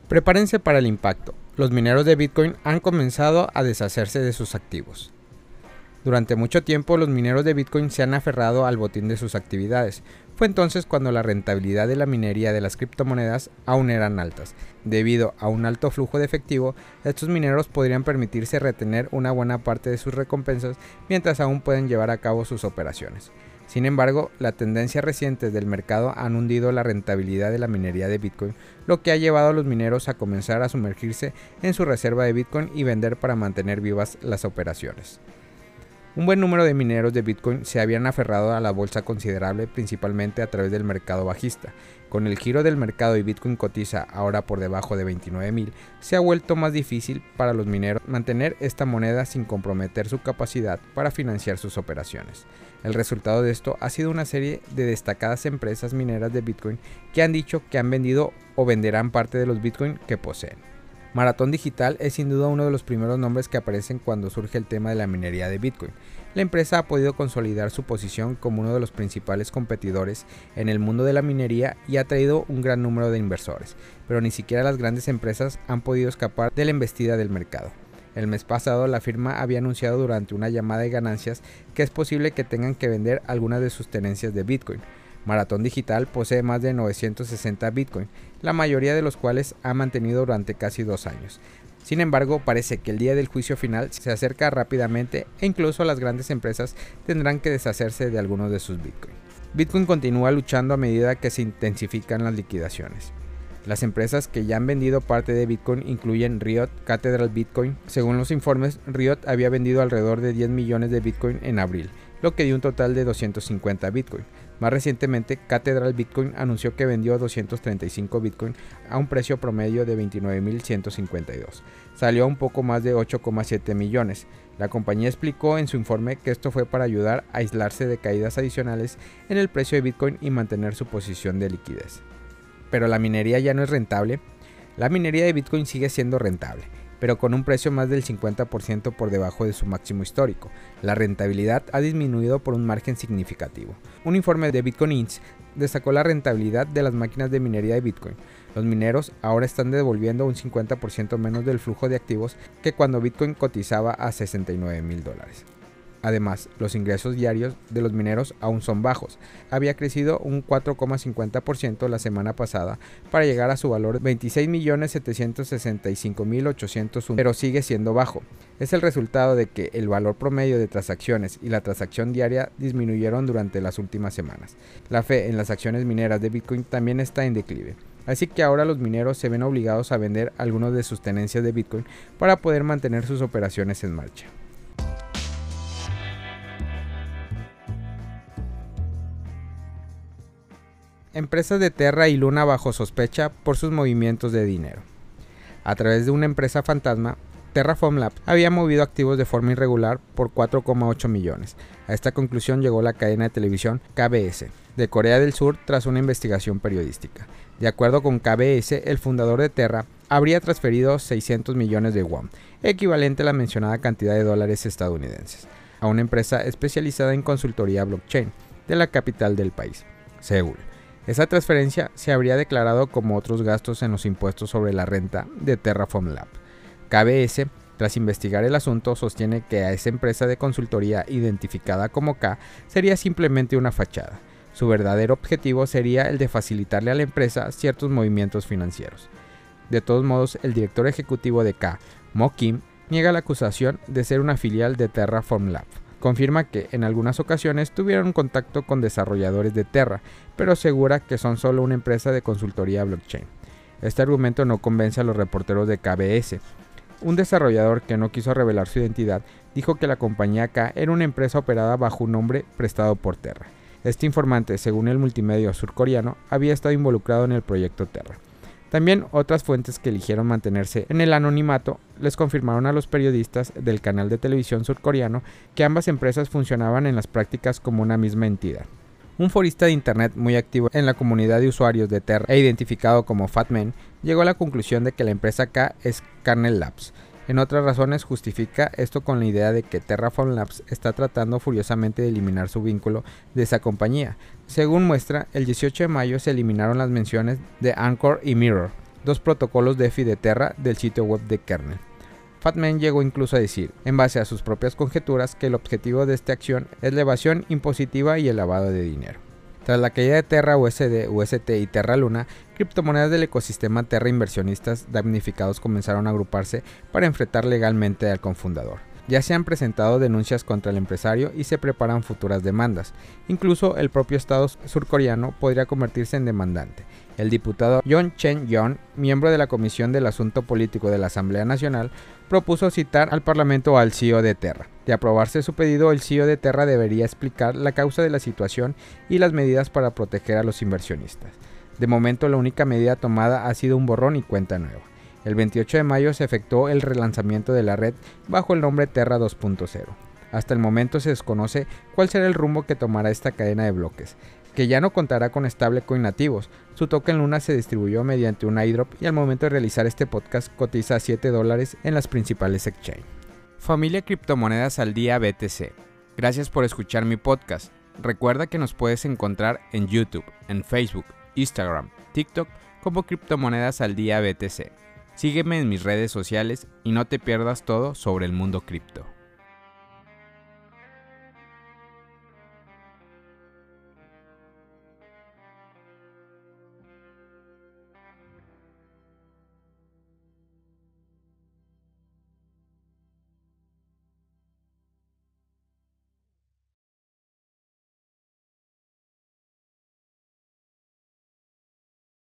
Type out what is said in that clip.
Prepárense para el impacto. Los mineros de Bitcoin han comenzado a deshacerse de sus activos. Durante mucho tiempo los mineros de Bitcoin se han aferrado al botín de sus actividades. Fue entonces cuando la rentabilidad de la minería de las criptomonedas aún eran altas. Debido a un alto flujo de efectivo, estos mineros podrían permitirse retener una buena parte de sus recompensas mientras aún pueden llevar a cabo sus operaciones. Sin embargo, la tendencia reciente del mercado han hundido la rentabilidad de la minería de Bitcoin, lo que ha llevado a los mineros a comenzar a sumergirse en su reserva de Bitcoin y vender para mantener vivas las operaciones. Un buen número de mineros de Bitcoin se habían aferrado a la bolsa considerable principalmente a través del mercado bajista. Con el giro del mercado y Bitcoin cotiza ahora por debajo de 29,000, se ha vuelto más difícil para los mineros mantener esta moneda sin comprometer su capacidad para financiar sus operaciones. El resultado de esto ha sido una serie de destacadas empresas mineras de Bitcoin que han dicho que han vendido o venderán parte de los Bitcoin que poseen. Marathon Digital es sin duda uno de los primeros nombres que aparecen cuando surge el tema de la minería de Bitcoin. La empresa ha podido consolidar su posición como uno de los principales competidores en el mundo de la minería y ha traído un gran número de inversores, pero ni siquiera las grandes empresas han podido escapar de la embestida del mercado. El mes pasado la firma había anunciado durante una llamada de ganancias que es posible que tengan que vender algunas de sus tenencias de Bitcoin. Marathon Digital posee más de 960 Bitcoin, la mayoría de los cuales ha mantenido durante casi 2 años. Sin embargo, parece que el día del juicio final se acerca rápidamente e incluso las grandes empresas tendrán que deshacerse de algunos de sus Bitcoin. Bitcoin continúa luchando a medida que se intensifican las liquidaciones. Las empresas que ya han vendido parte de Bitcoin incluyen Riot, Cathedral Bitcoin. Según los informes, Riot había vendido alrededor de 10 millones de Bitcoin en abril, lo que dio un total de 250 Bitcoin. Más recientemente, Cathedral Bitcoin anunció que vendió 235 Bitcoin a un precio promedio de 29,152. Salió a un poco más de 8,7 millones. La compañía explicó en su informe que esto fue para ayudar a aislarse de caídas adicionales en el precio de Bitcoin y mantener su posición de liquidez. Pero la minería ya no es rentable. La minería de Bitcoin sigue siendo rentable, pero con un precio más del 50% por debajo de su máximo histórico. La rentabilidad ha disminuido por un margen significativo. Un informe de Bitcoin Inc. destacó la rentabilidad de las máquinas de minería de Bitcoin. Los mineros ahora están devolviendo un 50% menos del flujo de activos que cuando Bitcoin cotizaba a $69,000. Además, los ingresos diarios de los mineros aún son bajos. Había crecido un 4,50% la semana pasada para llegar a su valor de 26,765,801, pero sigue siendo bajo. Es el resultado de que el valor promedio de transacciones y la transacción diaria disminuyeron durante las últimas semanas. La fe en las acciones mineras de Bitcoin también está en declive. Así que ahora los mineros se ven obligados a vender algunas de sus tenencias de Bitcoin para poder mantener sus operaciones en marcha. Empresas de Terra y Luna bajo sospecha por sus movimientos de dinero. A través de una empresa fantasma, Terraform Labs había movido activos de forma irregular por 4,8 millones. A esta conclusión llegó la cadena de televisión KBS de Corea del Sur tras una investigación periodística. De acuerdo con KBS, el fundador de Terra habría transferido 600 millones de won, equivalente a la mencionada cantidad de dólares estadounidenses, a una empresa especializada en consultoría blockchain de la capital del país, Seúl. Esa transferencia se habría declarado como otros gastos en los impuestos sobre la renta de Terraform Labs. KBS, tras investigar el asunto, sostiene que a esa empresa de consultoría identificada como K sería simplemente una fachada. Su verdadero objetivo sería el de facilitarle a la empresa ciertos movimientos financieros. De todos modos, el director ejecutivo de K, Mo Kim, niega la acusación de ser una filial de Terraform Labs. Confirma que en algunas ocasiones tuvieron contacto con desarrolladores de Terra, pero asegura que son solo una empresa de consultoría blockchain. Este argumento no convence a los reporteros de KBS. Un desarrollador que no quiso revelar su identidad dijo que la compañía K era una empresa operada bajo un nombre prestado por Terra. Este informante, según el multimedio surcoreano, había estado involucrado en el proyecto Terra. También otras fuentes que eligieron mantenerse en el anonimato les confirmaron a los periodistas del canal de televisión surcoreano que ambas empresas funcionaban en las prácticas como una misma entidad. Un forista de internet muy activo en la comunidad de usuarios de Terra e identificado como Fatman llegó a la conclusión de que la empresa K es Kernel Labs. En otras razones justifica esto con la idea de que Terraform Labs está tratando furiosamente de eliminar su vínculo de esa compañía. Según muestra, el 18 de mayo se eliminaron las menciones de Anchor y Mirror, 2 protocolos DeFi de Terra del sitio web de Kernel. Fatman llegó incluso a decir, en base a sus propias conjeturas, que el objetivo de esta acción es la evasión impositiva y el lavado de dinero. Tras la caída de Terra, USD, UST y Terra Luna, criptomonedas del ecosistema Terra inversionistas damnificados comenzaron a agruparse para enfrentar legalmente al cofundador. Ya se han presentado denuncias contra el empresario y se preparan futuras demandas. Incluso el propio Estado surcoreano podría convertirse en demandante. El diputado Yoon Chen-yeon, miembro de la Comisión del Asunto Político de la Asamblea Nacional, propuso citar al Parlamento al CEO de Terra. De aprobarse su pedido, el CEO de Terra debería explicar la causa de la situación y las medidas para proteger a los inversionistas. De momento, la única medida tomada ha sido un borrón y cuenta nueva. El 28 de mayo se efectuó el relanzamiento de la red bajo el nombre Terra 2.0. Hasta el momento se desconoce cuál será el rumbo que tomará esta cadena de bloques, que ya no contará con stablecoin nativos. Su token Luna se distribuyó mediante un airdrop y al momento de realizar este podcast cotiza a $7 en las principales exchanges. Familia Criptomonedas al Día BTC. Gracias por escuchar mi podcast. Recuerda que nos puedes encontrar en YouTube, en Facebook, Instagram, TikTok como Criptomonedas al Día BTC. Sígueme en mis redes sociales y no te pierdas todo sobre el mundo cripto.